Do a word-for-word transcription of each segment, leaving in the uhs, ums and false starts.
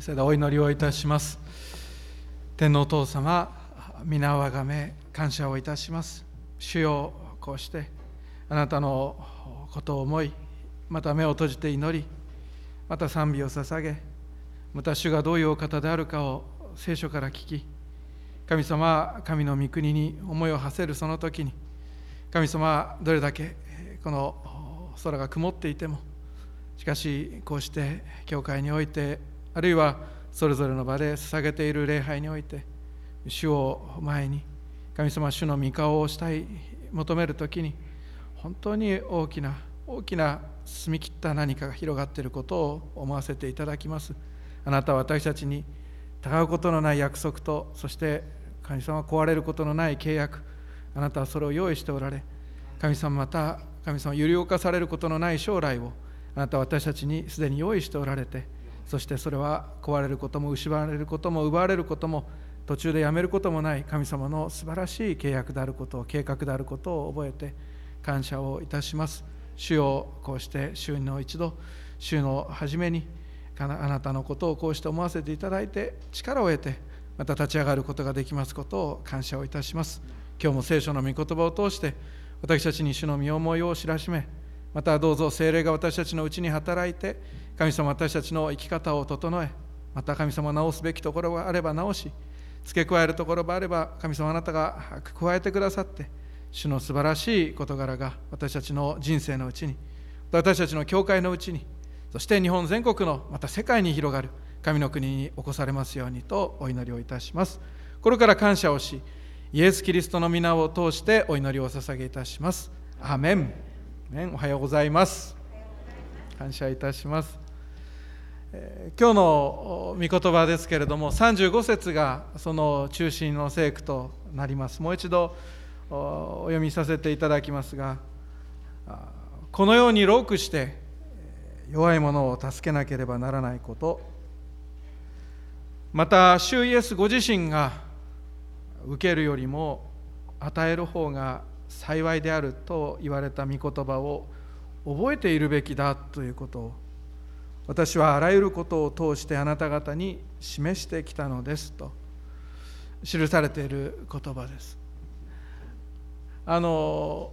それではお祈りをいたします。天皇お父様、皆をあがめ感謝をいたします。主よ、こうしてあなたのことを思い、また目を閉じて祈り、また賛美を捧げ、また主がどういうお方であるかを聖書から聞き、神様、神の御国に思いを馳せるその時に、神様、どれだけこの空が曇っていても、しかしこうして教会において、あるいはそれぞれの場で捧げている礼拝において、主を前に神様、主の御顔をしたい求めるときに、本当に大きな大きな澄み切った何かが広がっていることを思わせていただきます。あなたは私たちに違うことのない約束と、そして神様は壊れることのない契約、あなたはそれを用意しておられ、神様また神様揺り動かされることのない将来をあなたは私たちにすでに用意しておられて、そしてそれは壊れることも失われることも奪われることも途中でやめることもない神様の素晴らしい契約であることを、計画であることを覚えて感謝をいたします。主よ、こうして週の一度、週の初めにあなたのことをこうして思わせていただいて、力を得てまた立ち上がることができますことを感謝をいたします。今日も聖書の御言葉を通して私たちに主の身思いを知らしめ、またどうぞ聖霊が私たちのうちに働いて、神様私たちの生き方を整え、また神様直すべきところがあれば直し、付け加えるところがあれば神様あなたが加えてくださって、主の素晴らしい事柄が私たちの人生のうちに、私たちの教会のうちに、そして日本全国のまた世界に広がる神の国に起こされますようにとお祈りをいたします。心から感謝をし、イエス・キリストの皆を通してお祈りを捧げいたします。アーメン。おはようございます。感謝いたします。えー、今日の御言葉ですけれども、さんじゅうご節がその中心の聖句となります。もう一度お読みさせていただきますが、このように労苦して弱い者を助けなければならないこと、また主イエスご自身が受けるよりも与える方が幸いであると言われた御言葉を覚えているべきだということを、私はあらゆることを通してあなた方に示してきたのですと記されている言葉です。あの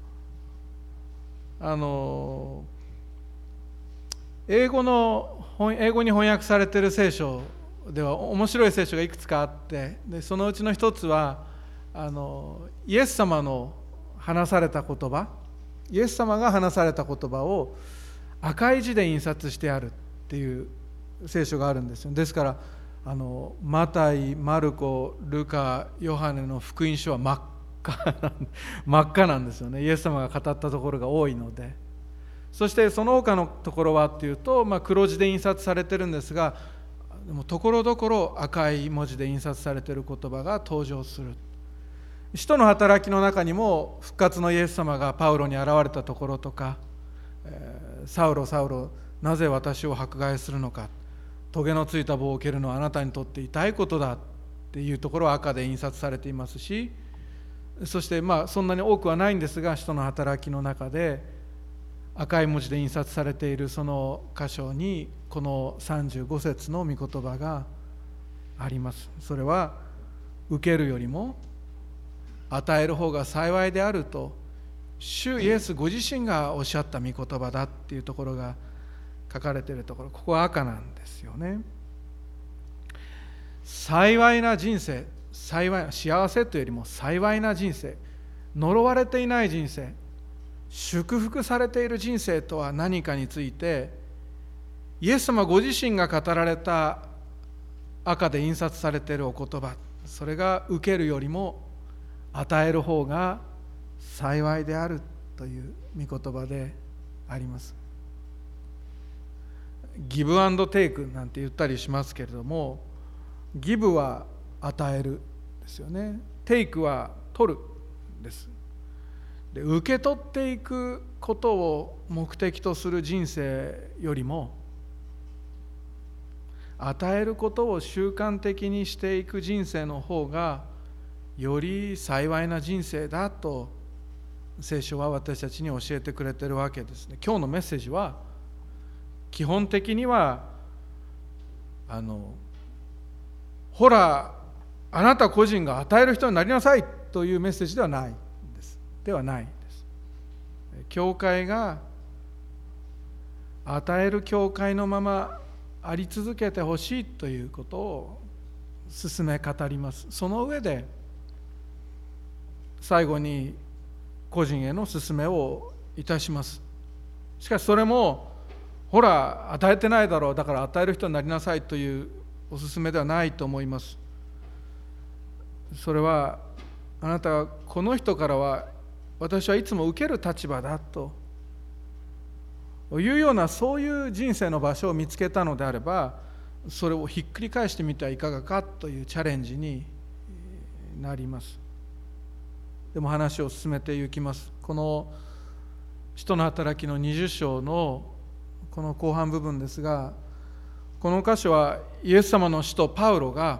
あの英語の英語に翻訳されている聖書では面白い聖書がいくつかあって、でそのうちの一つはあのイエス様の話された言葉、イエス様が話された言葉を赤い字で印刷してあるっていう聖書があるんですよ。ですからあのマタイ、マルコ、ルカ、ヨハネの福音書は真っ赤真っ赤なんですよね。イエス様が語ったところが多いので。そしてその他のところはっていうと、まあ、黒字で印刷されてるんですが、でもところどころ赤い文字で印刷されている言葉が登場する。使徒の働きの中にも復活のイエス様がパウロに現れたところとか、えー、サウロサウロなぜ私を迫害するのか、棘のついた棒を蹴るのはあなたにとって痛いことだっていうところは赤で印刷されていますし、そしてまあそんなに多くはないんですが、使徒の働きの中で赤い文字で印刷されているその箇所にこのさんじゅうご節の御言葉があります。それは受けるよりも与える方が幸いであると主イエスご自身がおっしゃった御言葉だっていうところが書かれているところ、ここは赤なんですよね。幸いな人生、幸い幸せというよりも幸いな人生、呪われていない人生、祝福されている人生とは何かについて、イエス様ご自身が語られた赤で印刷されているお言葉、それが受けるよりも与える方が幸いであるという御言葉であります。ギブアンドテイクなんて言ったりしますけれども、ギブは与えるですよね。テイクは取るです。で、受け取っていくことを目的とする人生よりも、与えることを習慣的にしていく人生の方がより幸いな人生だと聖書は私たちに教えてくれているわけですね。今日のメッセージは基本的にはあのほらあなた個人が与える人になりなさいというメッセージではないんですではないんです。教会が与える教会のままあり続けてほしいということを進め語ります。その上で最後に個人への勧めをいたします。しかしそれもほら与えてないだろう、だから与える人になりなさいというお勧めではないと思います。それはあなたがこの人からは私はいつも受ける立場だというようなそういう人生の場所を見つけたのであれば、それをひっくり返してみてはいかがかというチャレンジになります。でも話を進めていきます。この使徒の働きのにじゅっ章のこの後半部分ですが、この箇所はイエス様の使徒パウロが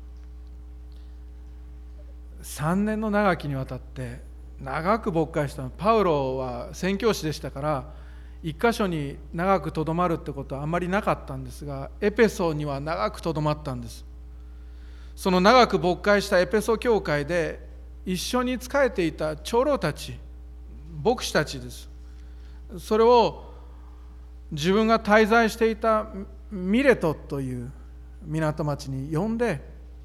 さんねんの長きにわたって長く牧会した。パウロは宣教師でしたから一箇所に長くとどまるってことはあまりなかったんですが、エペソには長くとどまったんです。その長く牧会したエペソ教会で一緒に仕えていた長老たち、牧師たちです。それを自分が滞在していたミレトという港町に呼んで、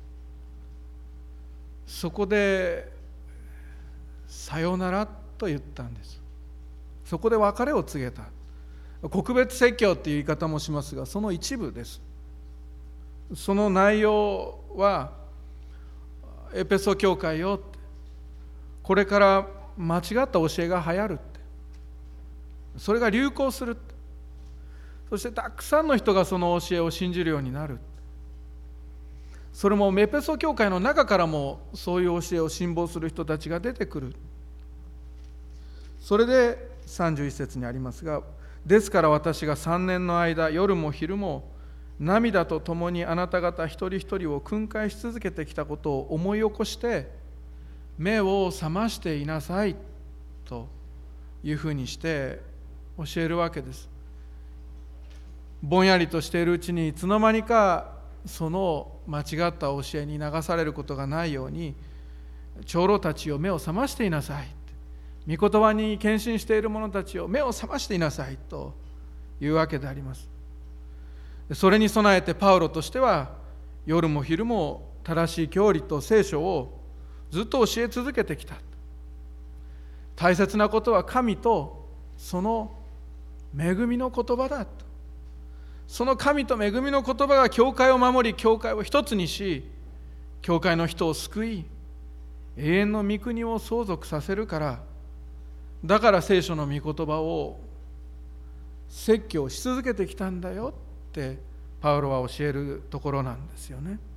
そこでさよならと言ったんです。そこで別れを告げた。告別説教という言い方もしますが、その一部です。その内容はエペソ教会よ、これから間違った教えが流行るって、それが流行するって、そしてたくさんの人がその教えを信じるようになる。それもエペソ教会の中からもそういう教えを信望する人たちが出てくる。それでさんじゅういち節にありますが、ですから私がさんねんの間夜も昼も涙とともにあなた方一人一人を訓戒し続けてきたことを思い起こして目を覚ましていなさいというふうにして教えるわけです。ぼんやりとしているうちにいつの間にかその間違った教えに流されることがないように、長老たちを目を覚ましていなさい、御言葉に献身している者たちを目を覚ましていなさいというわけであります。それに備えてパウロとしては夜も昼も正しい教理と聖書をずっと教え続けてきた。大切なことは神とその恵みの言葉だと。その神と恵みの言葉が教会を守り、教会を一つにし、教会の人を救い、永遠の御国を相続させるから、だから聖書の御言葉を説教し続けてきたんだよってパウロは教えるところなんですよね。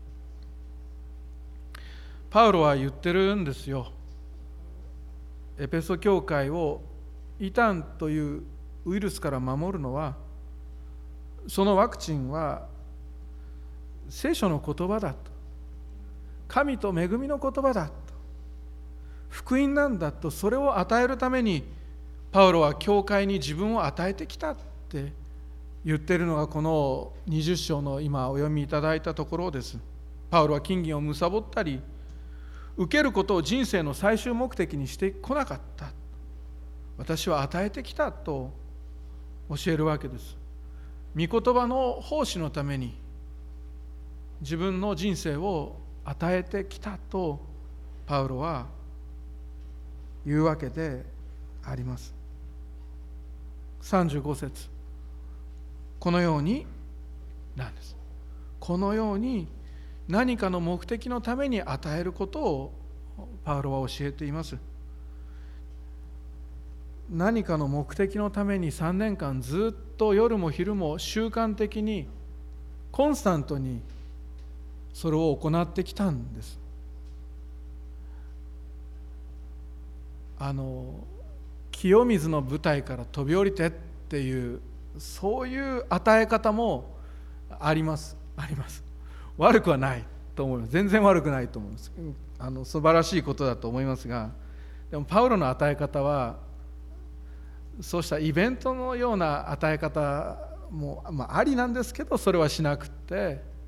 パウロは言ってるんですよ。エペソ教会を異端というウイルスから守るのは、そのワクチンは聖書の言葉だと、神と恵みの言葉だと、福音なんだと、それを与えるためにパウロは教会に自分を与えてきたって言っているのがこのにじゅっ章の今お読みいただいたところです。パウロは金銀を貪ったり受けることを人生の最終目的にしてこなかった。私は与えてきたと教えるわけです。御言葉の奉仕のために自分の人生を与えてきたとパウロは言うわけであります。さんじゅうご節、このようになんです。このように何かの目的のために与えることをパウロは教えています。何かの目的のためにさんねんかんずっと夜も昼も習慣的にコンスタントにそれを行ってきたんです。あの清水の舞台から飛び降りてっていうそういう与え方もありますあります悪くはないと思います。全然悪くないと思います。あの素晴らしいことだと思いますが、でもパウロの与え方はそうしたイベントのような与え方も、まあ、ありなんですけど、それはしなくって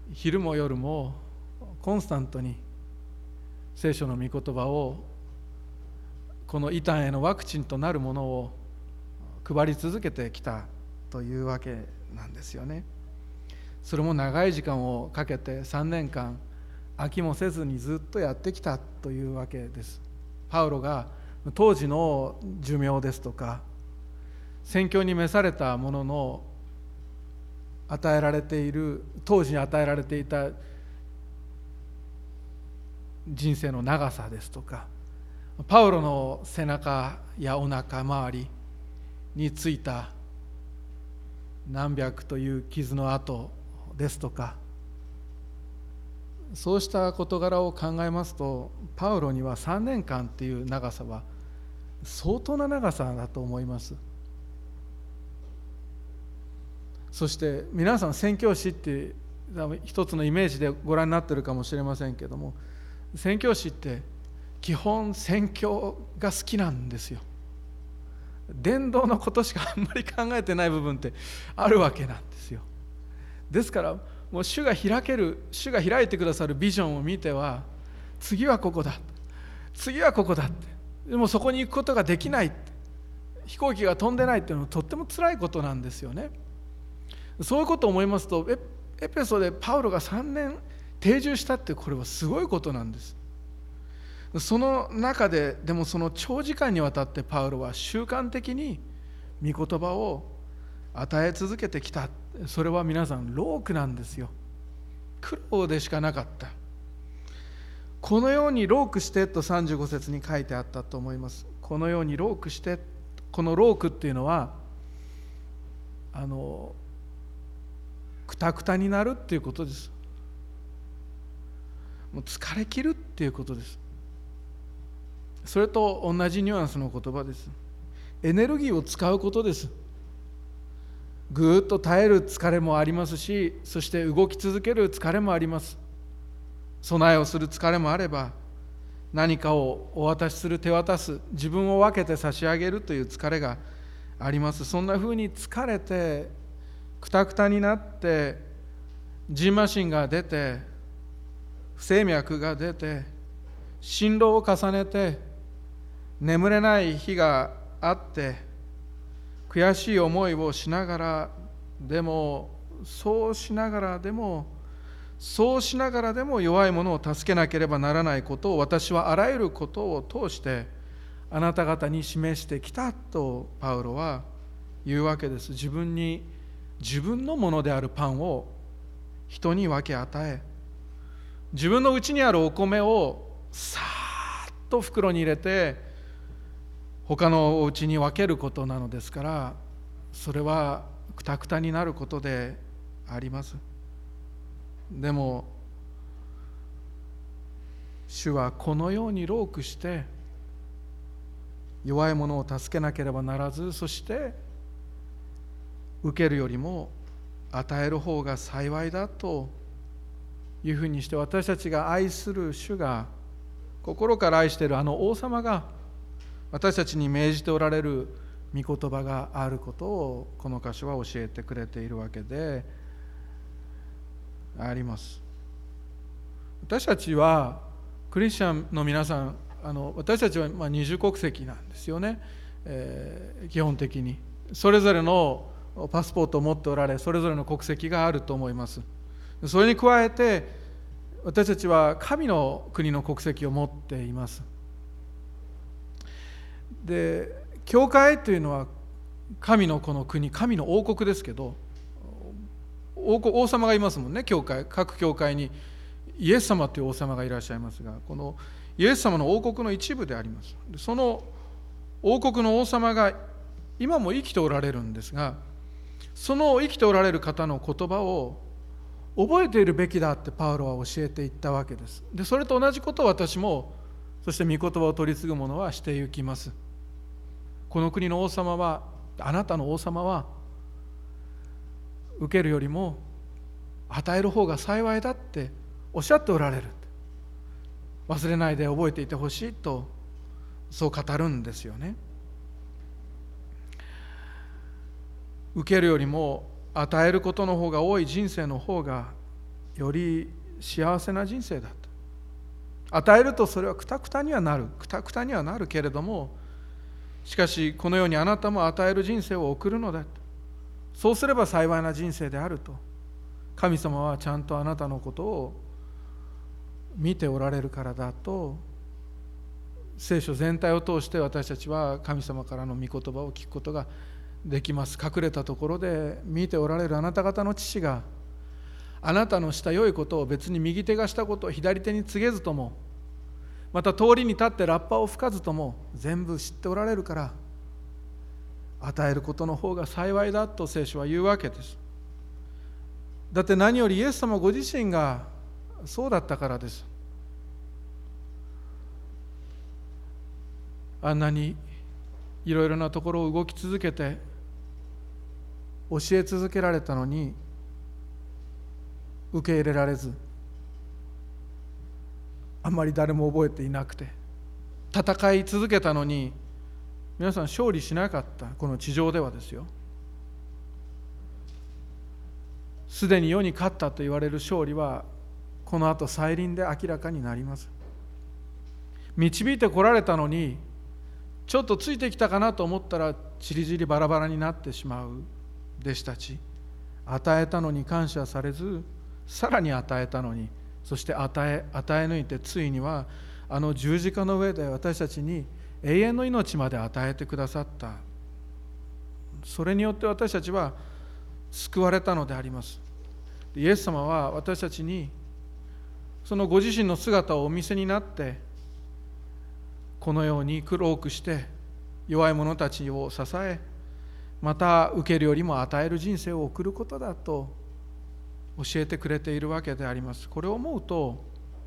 昼も夜もコンスタントに聖書の御言葉を、この異端へのワクチンとなるものを配り続けてきたというわけなんですよね。それも長い時間をかけてさんねんかん飽きもせずにずっとやってきたというわけです。パウロが当時の寿命ですとか宣教に召されたものの与えられている、当時に与えられていた人生の長さですとか、パウロの背中やお腹周りについた何百という傷の跡ですとか、そうした事柄を考えますと、パウロにはさんねんかんっていう長さは相当な長さだと思います。そして皆さん宣教師って一つのイメージでご覧になっているかもしれませんけども、宣教師って基本宣教が好きなんですよ。伝道のことしかあんまり考えてない部分ってあるわけなんですよ。ですからもう主が開ける、主が開いてくださるビジョンを見ては、次はここだ、次はここだって、でもそこに行くことができないって、飛行機が飛んでないっていうのはとっても辛いことなんですよね。そういうことを思いますと、エエペソでパウロがさんねん定住したって、これはすごいことなんです。その中ででもその長時間にわたってパウロは習慣的に御言葉を与え続けてきた。それは皆さん労苦なんですよ。苦労でしかなかった。このように労苦してとさんじゅうご節に書いてあったと思います。このように労苦して、この労苦っていうのはあのくたくたになるっていうことです。もう疲れ切るっていうことです。それと同じニュアンスの言葉です。エネルギーを使うことです。ぐーっと耐える疲れもありますし、そして動き続ける疲れもあります。備えをする疲れもあれば、何かをお渡しする、手渡す、自分を分けて差し上げるという疲れがあります。そんなふうに疲れてくたくたになって、ジンマシンが出て、不整脈が出て、心労を重ねて眠れない日があって、悔しい思いをしながらでも、そうしながらでもそうしながらでも弱い者を助けなければならないことを、私はあらゆることを通してあなた方に示してきたとパウロは言うわけです。自分に自分のものであるパンを人に分け与え、自分のうちにあるお米をさーっと袋に入れて他のお家に分けることなのですから、それはくたくたになることであります。でも主はこのように労苦して弱い者を助けなければならず、そして受けるよりも与える方が幸いだというふうにして、私たちが愛する主が、心から愛しているあの王様が私たちに命じておられる御言葉があることを、この箇所は教えてくれているわけであります。私たちはクリスチャンの皆さん、あの私たちはまあ二重国籍なんですよね、えー、基本的にそれぞれのパスポートを持っておられ、それぞれの国籍があると思います。それに加えて私たちは神の国の国籍を持っています。で、教会というのは神のこの国、神の王国ですけど、王国、王様がいますもんね。教会、各教会にイエス様という王様がいらっしゃいますが、このイエス様の王国の一部であります。その王国の王様が今も生きておられるんですが、その生きておられる方の言葉を覚えているべきだってパウロは教えていったわけです。で、それと同じことを私も、そして御言葉を取り継ぐ者はしていきます。この国の王様は、あなたの王様は受けるよりも与える方が幸いだっておっしゃっておられる。忘れないで覚えていてほしいと、そう語るんですよね。受けるよりも与えることの方が多い人生の方がより幸せな人生だと。与えるとそれはくたくたにはなるくたくたにはなるけれども、しかしこのようにあなたも与える人生を送るのだと。そうすれば幸いな人生であると。神様はちゃんとあなたのことを見ておられるからだと、聖書全体を通して私たちは神様からの御言葉を聞くことができます。隠れたところで見ておられるあなた方の父が、あなたのした良いことを別に右手がしたことを左手に告げずとも、また通りに立ってラッパを吹かずとも全部知っておられるから、与えることの方が幸いだと聖書は言うわけです。だって何よりイエス様ご自身がそうだったからです。あんなにいろいろなところを動き続けて教え続けられたのに受け入れられず、あんまり誰も覚えていなくて、戦い続けたのに皆さん勝利しなかった。この地上ではですよ。すでに世に勝ったと言われる勝利はこの後再臨で明らかになります。導いてこられたのにちょっとついてきたかなと思ったらちりぢりバラバラになってしまう弟子たち。与えたのに感謝されず、さらに与えたのに、そして与え与え抜いて、ついにはあの十字架の上で私たちに永遠の命まで与えてくださった。それによって私たちは救われたのであります。イエス様は私たちにそのご自身の姿をお見せになって、このように苦労苦して弱い者たちを支え、また受けるよりも与える人生を送ることだと教えてくれているわけであります。これを思うと、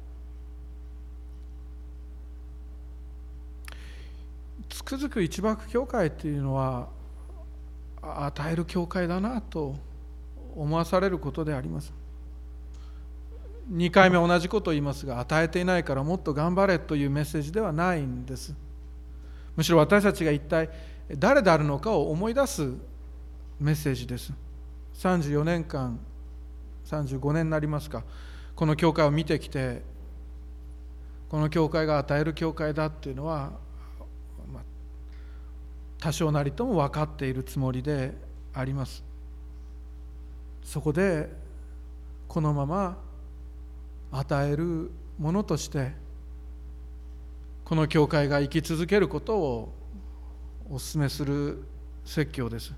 つくづく一幕教会というのは与える教会だなと思わされることであります。にかいめ同じことを言いますが、与えていないからもっと頑張れというメッセージではないんです。むしろ私たちが一体誰であるのかを思い出すメッセージです。さんじゅうよねんかん、さんじゅうごねんになりますか、この教会を見てきて、この教会が与える教会だっていうのは、まあ、多少なりとも分かっているつもりであります。そこでこのまま与えるものとしてこの教会が生き続けることをお勧めする説教です。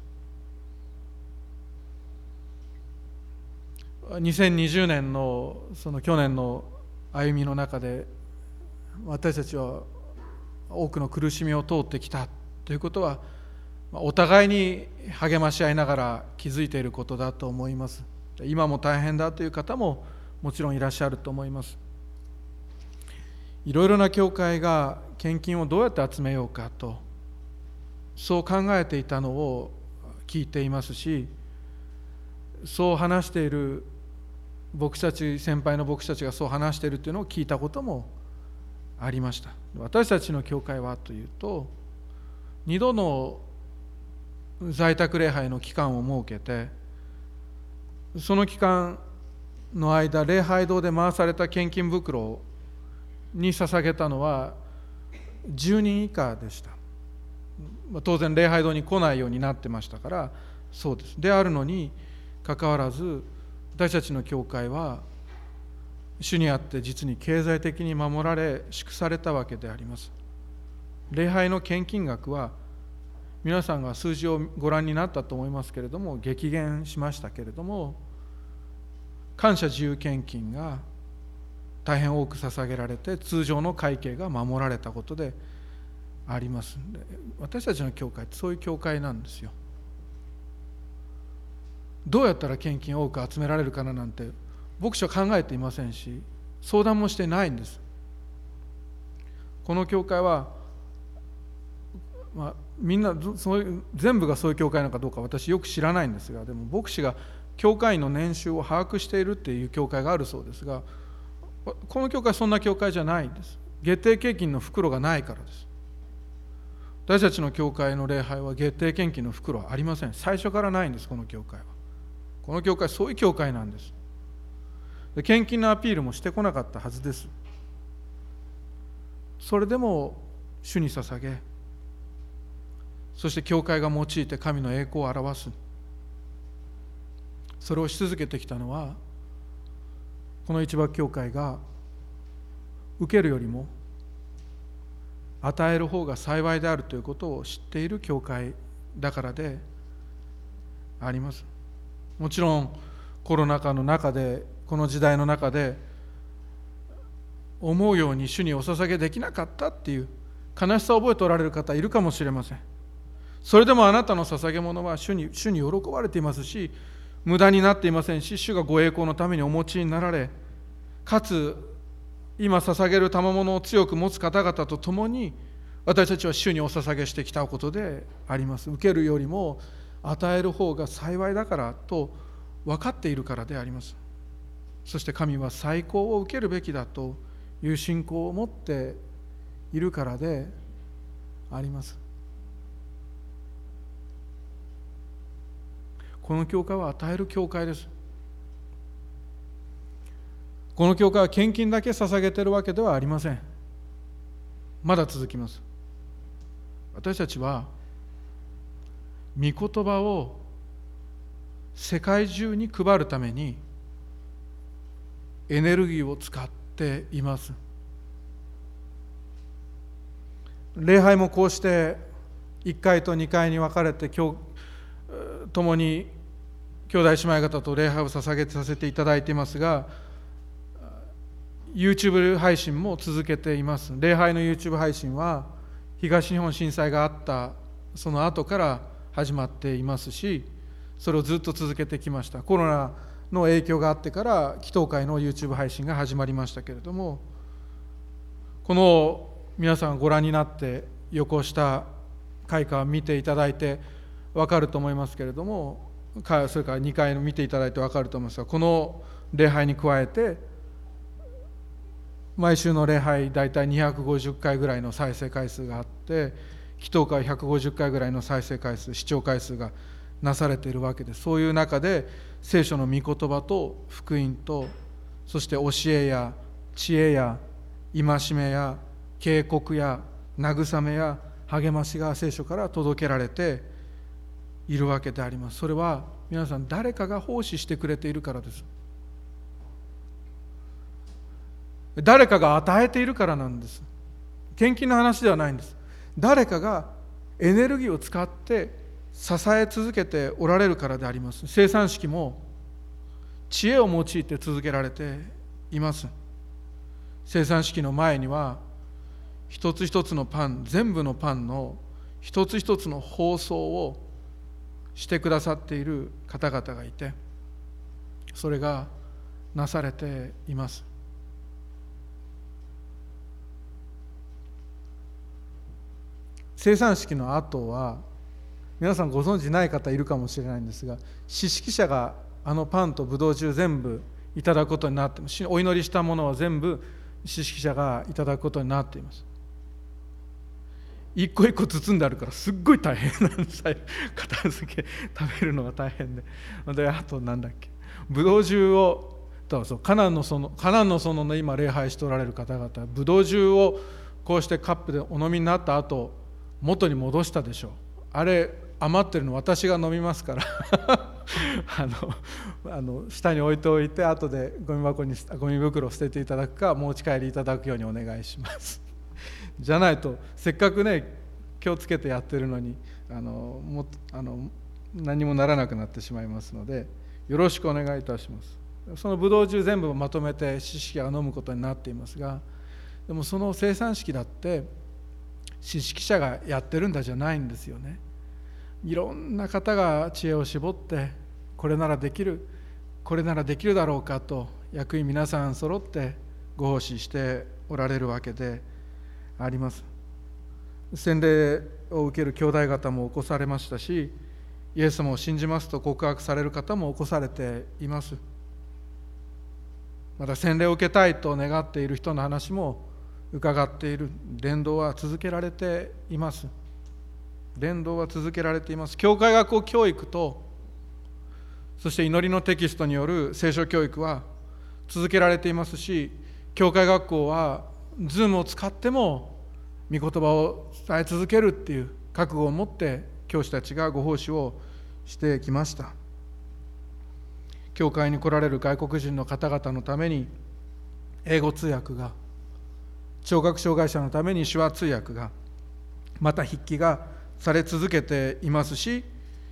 にせんにじゅうねんのその去年の歩みの中で、私たちは多くの苦しみを通ってきたということは、お互いに励まし合いながら気づいていることだと思います。今も大変だという方ももちろんいらっしゃると思います。いろいろな教会が献金をどうやって集めようかと、そう考えていたのを聞いていますし、そう話している牧師たち、先輩の牧師たちがそう話しているというのを聞いたこともありました。私たちの教会はというと、二度の在宅礼拝の期間を設けて、その期間の間、礼拝堂で回された献金袋に捧げたのはじゅうにん以下でした。当然礼拝堂に来ないようになってましたからそうです。であるのにかかわらず、私たちの教会は主にあって実に経済的に守られ祝されたわけであります。礼拝の献金額は皆さんが数字をご覧になったと思いますけれども、激減しましたけれども、感謝自由献金が大変多く捧げられて、通常の会計が守られたことであります。私たちの教会ってそういう教会なんですよ。どうやったら献金を多く集められるかななんて牧師は考えていませんし、相談もしてないんです。この教会は、まあ、みんなそういう全部がそういう教会なのかどうか私よく知らないんですが、でも牧師が教会員の年収を把握しているっていう教会があるそうですが、この教会はそんな教会じゃないんです。月定献金の袋がないからです。私たちの教会の礼拝は月定献金の袋はありません。最初からないんです。この教会はこの教会はそういう教会なんです。 献金のアピールもしてこなかったはずです。それでも主に捧げ、そして教会が用いて神の栄光を表す。それをし続けてきたのは、この一幕教会が受けるよりも与える方が幸いであるということを知っている教会だからであります。もちろんコロナ禍の中で、この時代の中で思うように主にお捧げできなかったっていう悲しさを覚えておられる方いるかもしれません。それでもあなたの捧げ物は主に、主に喜ばれていますし、無駄になっていませんし、主がご栄光のためにお持ちになられ、かつ今捧げる賜物を強く持つ方々と共に私たちは主にお捧げしてきたことであります。受けるよりも与える方が幸いだからと分かっているからであります。そして神は最高を受けるべきだという信仰を持っているからであります。この教会は与える教会です。この教会は献金だけ捧げているわけではありません。まだ続きます。私たちは御言葉を世界中に配るためにエネルギーを使っています。礼拝もこうしていっかいとにかいに分かれて今日共に兄弟姉妹方と礼拝を捧げさせていただいていますが、YouTube 配信も続けています。礼拝の YouTube 配信は東日本震災があったその後から始まっていますし、それをずっと続けてきました。コロナの影響があってから祈祷会の YouTube 配信が始まりましたけれども、この皆さんご覧になって横下会館を見ていただいて分かると思いますけれども、それからにかいの見ていただいて分かると思いますが、この礼拝に加えて毎週の礼拝だいたいにひゃくごじゅっかいぐらいの再生回数があって、祈祷会ひゃくごじゅっかいぐらいの再生回数、視聴回数がなされているわけです。そういう中で聖書の御言葉と福音と、そして教えや知恵や戒めや警告や慰めや励ましが聖書から届けられているわけであります。それは皆さん誰かが奉仕してくれているからです。誰かが与えているからなんです。献金の話ではないんです。誰かがエネルギーを使って支え続けておられるからであります。生産式も知恵を用いて続けられています。生産式の前には一つ一つのパン、全部のパンの一つ一つの包装をしてくださっている方々がいて、それがなされています。生産式の後は皆さんご存じない方いるかもしれないんですが、司式者があのパンとブドウ酒全部いただくことになっています。お祈りしたものは全部司式者がいただくことになっています。一個一個包んであるからすっごい大変なんです。片付け食べるのが大変で、であとなんだっけ、ブドウ酒をそうカナンの園カナンの園の今礼拝しておられる方々、ブドウ酒をこうしてカップでお飲みになった後元に戻したでしょう。あれ余ってるの私が飲みますからあのあの下に置いておいて、後でゴミ箱にゴミ袋を捨てていただくか持ち帰りいただくようにお願いしますじゃないとせっかくね気をつけてやってるのにあのもあの何もならなくなってしまいますので、よろしくお願いいたします。そのブドウ酒全部まとめて司式が飲むことになっていますが、でもその生産式だって司式者がやってるんだじゃないんですよね。いろんな方が知恵を絞ってこれならできるこれならできるだろうかと役員皆さん揃ってご奉仕しておられるわけであります。洗礼を受ける兄弟方も起こされましたし、イエス様を信じますと告白される方も起こされています。また洗礼を受けたいと願っている人の話も伺っている。伝道は続けられています。伝道は続けられています。教会学校教育と、そして祈りのテキストによる聖書教育は続けられていますし、教会学校は Zoom を使っても御言葉を伝え続けるっていう覚悟を持って教師たちがご奉仕をしてきました。教会に来られる外国人の方々のために英語通訳が、聴覚障害者のために手話通訳が、また筆記がされ続けていますし、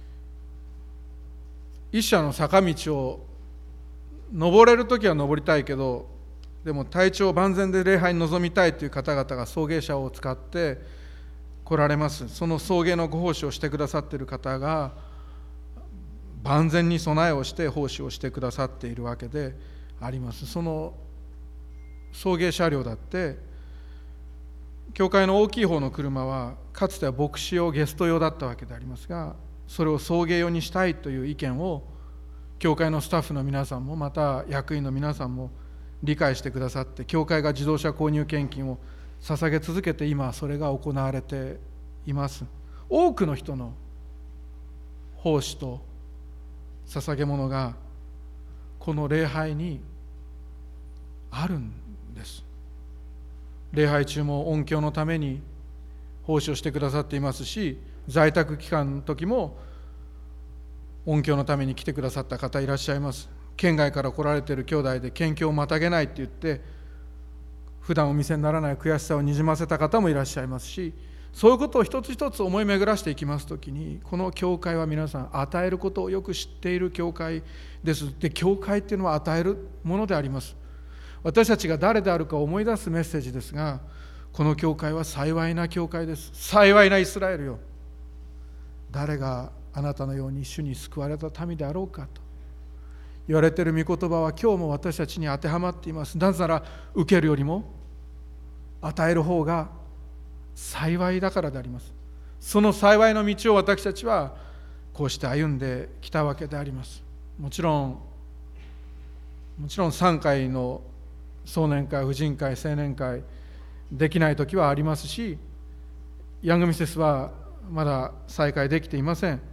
一社の坂道を登れるときは登りたいけど、でも体調万全で礼拝に臨みたいという方々が送迎車を使って来られます。その送迎のご奉仕をしてくださっている方が万全に備えをして奉仕をしてくださっているわけであります。その送迎車両だって、教会の大きい方の車はかつては牧師用ゲスト用だったわけでありますが、それを送迎用にしたいという意見を教会のスタッフの皆さんも、また役員の皆さんも理解してくださって、教会が自動車購入献金を捧げ続けて、今それが行われています。多くの人の奉仕と捧げ物がこの礼拝にあるんです。礼拝中も音響のために奉仕をしてくださっていますし、在宅期間の時も音響のために来てくださった方いらっしゃいます。県外から来られている兄弟で県境をまたげないって言って、普段お見せにならない悔しさをにじませた方もいらっしゃいますし、そういうことを一つ一つ思い巡らしていきますときに、この教会は皆さん与えることをよく知っている教会です。で、教会っていうのは与えるものであります。私たちが誰であるかを思い出すメッセージですが、この教会は幸いな教会です。幸いなイスラエルよ、誰があなたのように主に救われた民であろうかと言われている御言葉は今日も私たちに当てはまっています。なぜなら受けるよりも与える方が幸いだからであります。その幸いの道を私たちはこうして歩んできたわけであります。もちろんもちろんさんかいの壮年会、婦人会、青年会できない時はありますし、ヤングミセスはまだ再開できていません。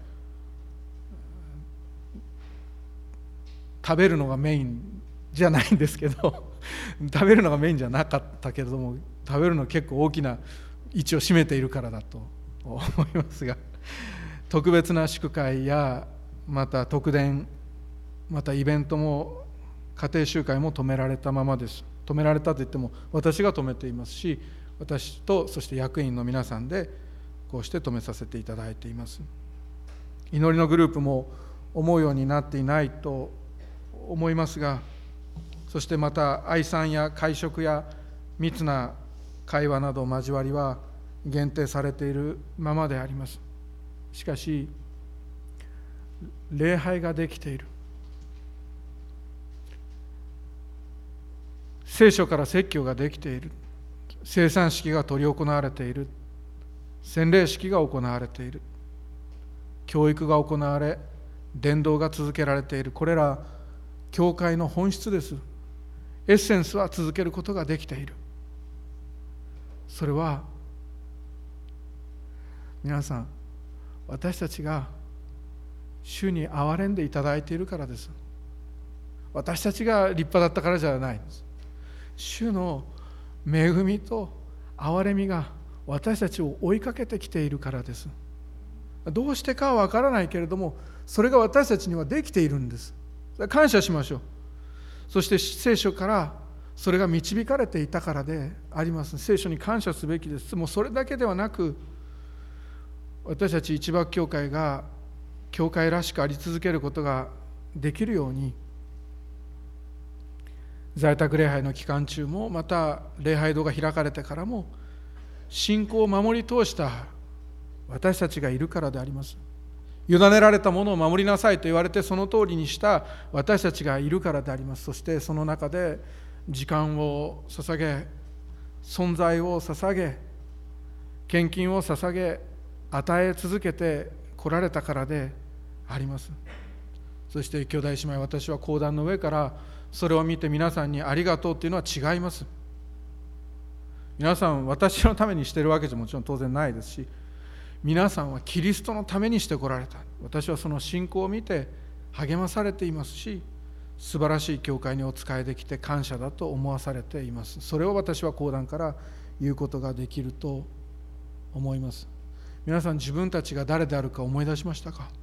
食べるのがメインじゃないんですけど食べるのがメインじゃなかったけれども、食べるの結構大きな位置を占めているからだと思いますが、特別な祝会やまた特典、またイベントも家庭集会も止められたままです。止められたといっても私が止めていますし、私とそして役員の皆さんでこうして止めさせていただいています。祈りのグループも思うようになっていないと思いますが、そしてまた愛餐や会食や密な会話など交わりは限定されているままであります。しかし礼拝ができている、聖書から説教ができている、聖餐式が執り行われている、洗礼式が行われている、教育が行われ、伝道が続けられている、これら教会の本質です。エッセンスは続けることができている。それは皆さん、私たちが主に憐れんでいただいているからです。私たちが立派だったからじゃないんです。主の恵みと憐れみが私たちを追いかけてきているからです。どうしてかは分からないけれども、それが私たちにはできているんです。感謝しましょう。そして聖書からそれが導かれていたからであります。聖書に感謝すべきです。もうそれだけではなく、私たち一幕教会が教会らしくあり続けることができるように、在宅礼拝の期間中も、また礼拝堂が開かれてからも、信仰を守り通した私たちがいるからであります。委ねられたものを守りなさいと言われてその通りにした私たちがいるからであります。そしてその中で時間を捧げ、存在を捧げ、献金を捧げ、与え続けて来られたからであります。そして兄弟姉妹、私は講談の上からそれを見て皆さんにありがとうというのは違います。皆さん私のためにしているわけじゃもちろん当然ないですし、皆さんはキリストのためにしてこられた。私はその信仰を見て励まされていますし、 素晴らしい教会にお仕えできて感謝だと思わされています。それを私は講談から言うことができると思います。皆さん、自分たちが誰であるか思い出しましたか？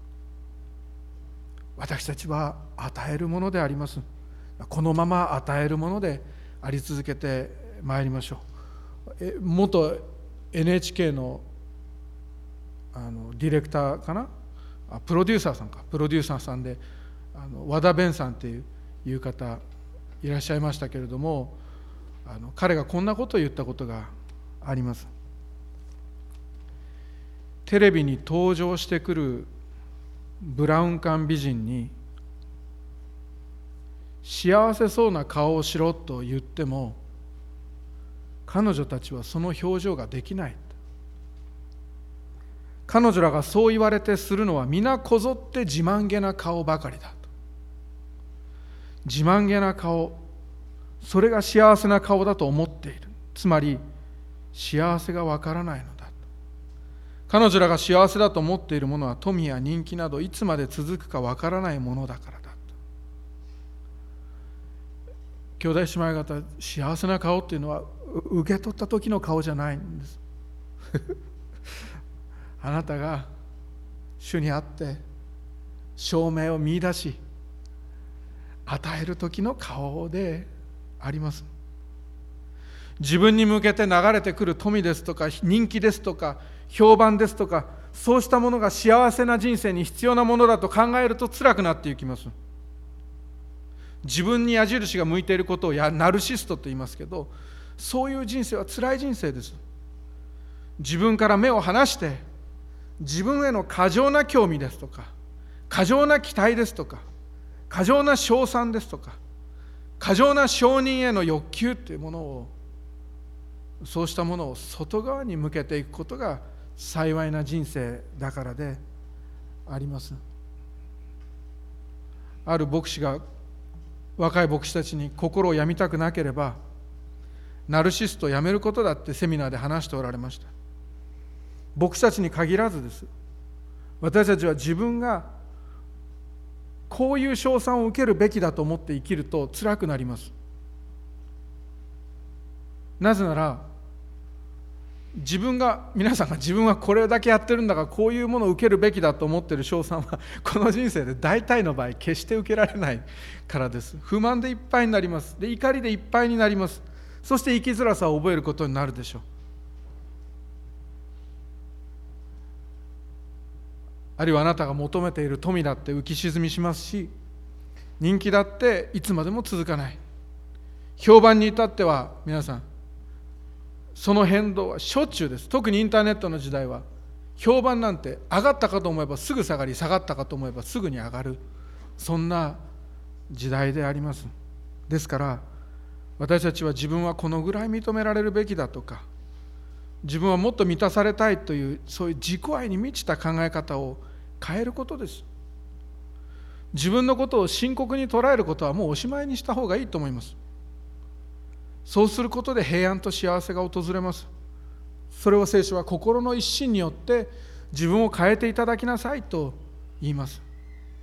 私たちは与えるものであります。このまま与えるものであり続けてまいりましょう。え元 エヌエイチケー の, あのディレクターかなあプロデューサーさんかプロデューサーさんであの和田弁さんといういう方いらっしゃいましたけれども、あの彼がこんなことを言ったことがあります。テレビに登場してくるブラウン管美人に幸せそうな顔をしろと言っても彼女たちはその表情ができない。彼女らがそう言われてするのは皆こぞって自慢げな顔ばかりだと。自慢げな顔、それが幸せな顔だと思っている。つまり幸せがわからないのだ。彼女らが幸せだと思っているものは富や人気などいつまで続くかわからないものだからだと。兄弟姉妹方、幸せな顔っていうのは受け取った時の顔じゃないんですあなたが主にあって証明を見出し与える時の顔であります。自分に向けて流れてくる富ですとか人気ですとか評判ですとか、そうしたものが幸せな人生に必要なものだと考えると辛くなっていきます。自分に矢印が向いていることをやナルシストと言いますけど、そういう人生は辛い人生です。自分から目を離して自分への過剰な興味ですとか過剰な期待ですとか過剰な称賛ですとか過剰な承認への欲求というものを、そうしたものを外側に向けていくことが幸いな人生だからであります。ある牧師が若い牧師たちに心を病みたくなければナルシストをやめることだってセミナーで話しておられました。牧師たちに限らずです。私たちは自分がこういう称賛を受けるべきだと思って生きると辛くなります。なぜなら自分が皆さんが自分はこれだけやってるんだからこういうものを受けるべきだと思っている称賛はこの人生で大体の場合決して受けられないからです。不満でいっぱいになります。で怒りでいっぱいになります。そして生きづらさを覚えることになるでしょう。あるいはあなたが求めている富だって浮き沈みしますし、人気だっていつまでも続かない。評判に至っては皆さんその変動はしょっちゅうです。特にインターネットの時代は評判なんて上がったかと思えばすぐ下がり、下がったかと思えばすぐに上がる、そんな時代であります。ですから私たちは自分はこのぐらい認められるべきだとか、自分はもっと満たされたいというそういう自己愛に満ちた考え方を変えることです。自分のことを深刻に捉えることはもうおしまいにした方がいいと思います。そうすることで平安と幸せが訪れます。それを聖書は心の一心によって自分を変えていただきなさいと言います。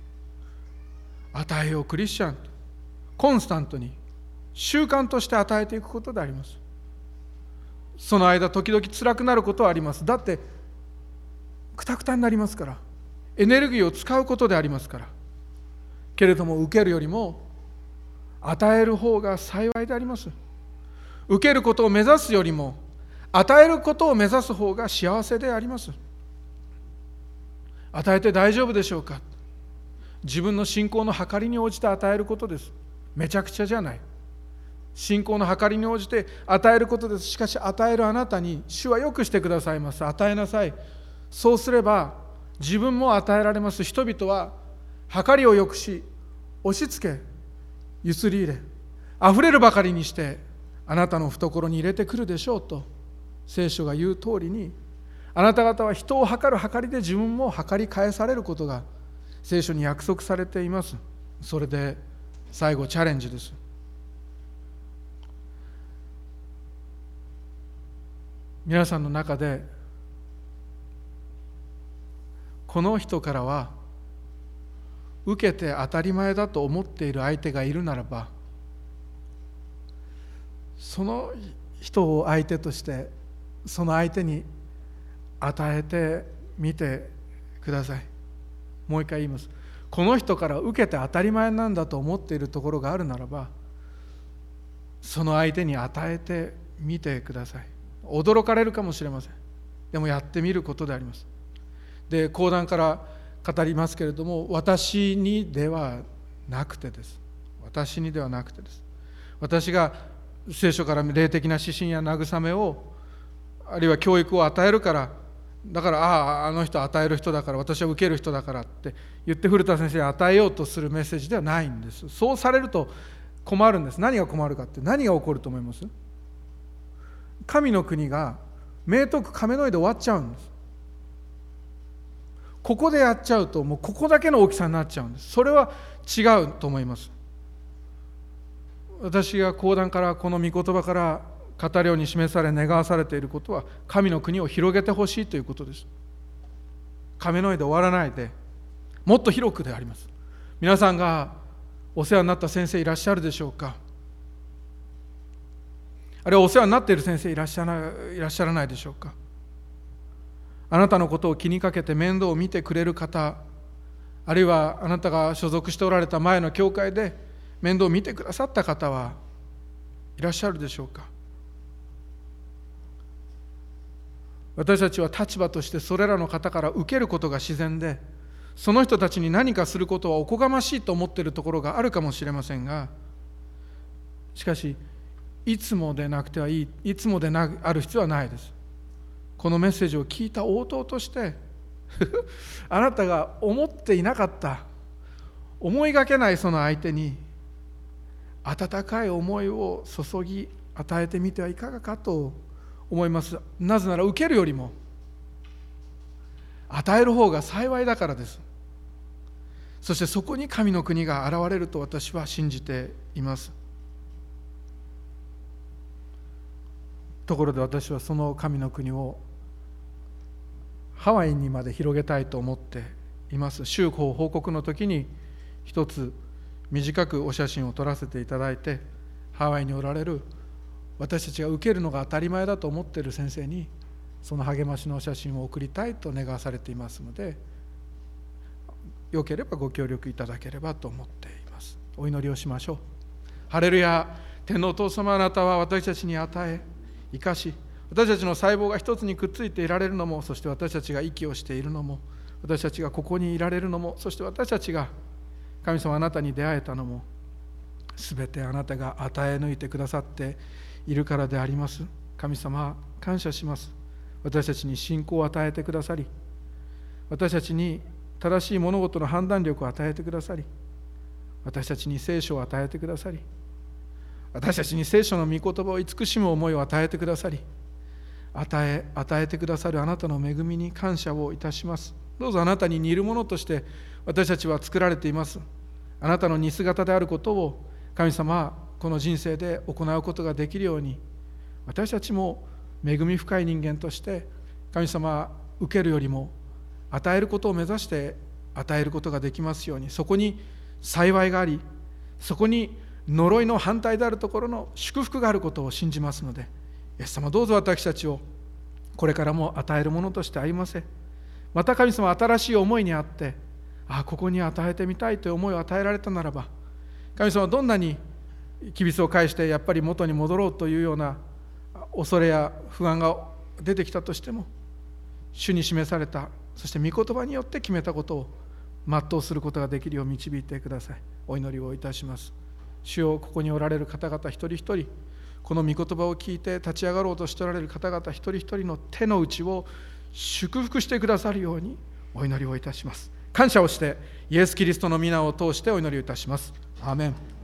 与えようクリスチャン、コンスタントに習慣として与えていくことであります。その間時々辛くなることはあります。だってくたくたになりますから、エネルギーを使うことでありますから。けれども受けるよりも与える方が幸いであります。受けることを目指すよりも与えることを目指す方が幸せであります。与えて大丈夫でしょうか。自分の信仰の計りに応じて与えることです。めちゃくちゃじゃない。信仰の計りに応じて与えることです。しかし与えるあなたに主はよくしてくださいます。与えなさい。そうすれば自分も与えられます。人々は計りをよくし、押し付け、ゆすり入れ、あふれるばかりにしてあなたの懐に入れてくるでしょうと聖書が言う通りに、あなた方は人を計る計りで自分も計り返されることが聖書に約束されています。それで最後チャレンジです。皆さんの中でこの人からは受けて当たり前だと思っている相手がいるならば、その人を相手としてその相手に与えてみてください。もう一回言います。この人から受けて当たり前なんだと思っているところがあるならば、その相手に与えてみてください。驚かれるかもしれません。でもやってみることであります。で、講談から語りますけれども、私にではなくてです。私にではなくてです。私が聖書から霊的な指針や慰めを、あるいは教育を与えるから、だからあああの人与える人だから、私は受ける人だからって言って古田先生に与えようとするメッセージではないんです。そうされると困るんです。何が困るかって、何が起こると思います？神の国が明徳亀の井で終わっちゃうんです。ここでやっちゃうと、もうここだけの大きさになっちゃうんです。それは違うと思います。私が講談からこの御言葉から語るように示され願わされていることは、神の国を広げてほしいということです。亀の井で終わらないで、もっと広くであります。皆さんがお世話になった先生いらっしゃるでしょうか。あるいはお世話になっている先生いらっしゃらない、いらっしゃらないでしょうか。あなたのことを気にかけて面倒を見てくれる方、あるいはあなたが所属しておられた前の教会で面倒を見てくださった方はいらっしゃるでしょうか。私たちは立場としてそれらの方から受けることが自然で、その人たちに何かすることはおこがましいと思っているところがあるかもしれませんが、しかしいつもでなくてはいい、いつもでなある必要はないです。このメッセージを聞いた応答としてあなたが思っていなかった、思いがけないその相手に温かい思いを注ぎ与えてみてはいかがかと思います。なぜなら受けるよりも与える方が幸いだからです。そしてそこに神の国が現れると私は信じています。ところで私はその神の国をハワイにまで広げたいと思っています。週報報告の時に一つ短くお写真を撮らせていただいて、ハワイにおられる私たちが受けるのが当たり前だと思っている先生にその励ましのお写真を送りたいと願わされていますので、よければご協力いただければと思っています。お祈りをしましょう。ハレルヤ。天のお父様、あなたは私たちに与え生かし、私たちの細胞が一つにくっついていられるのも、そして私たちが息をしているのも、私たちがここにいられるのも、そして私たちが神様あなたに出会えたのも、すべてあなたが与え抜いてくださっているからであります。神様、感謝します。私たちに信仰を与えてくださり、私たちに正しい物事の判断力を与えてくださり、私たちに聖書を与えてくださり、私たちに聖書の御言葉を慈しむ思いを与えてくださり、与え与えてくださるあなたの恵みに感謝をいたします。どうぞあなたに似るものとして私たちは作られています。あなたの似姿であることを神様はこの人生で行うことができるように、私たちも恵み深い人間として神様は受けるよりも与えることを目指して与えることができますように、そこに幸いがあり、そこに呪いの反対であるところの祝福があることを信じますので、イエス様どうぞ私たちをこれからも与えるものとして歩ませ、また神様新しい思いにあって、ああここに与えてみたいという思いを与えられたならば、神様どんなにきびすを返してやっぱり元に戻ろうというような恐れや不安が出てきたとしても、主に示された、そして御言葉によって決めたことを全うすることができるよう導いてください。お祈りをいたします。主よ、ここにおられる方々一人一人、この御言葉を聞いて立ち上がろうとしておられる方々一人一人の手の内を祝福してくださるようにお祈りをいたします。感謝をしてイエス・キリストの皆を通してお祈りをいたします。アーメン。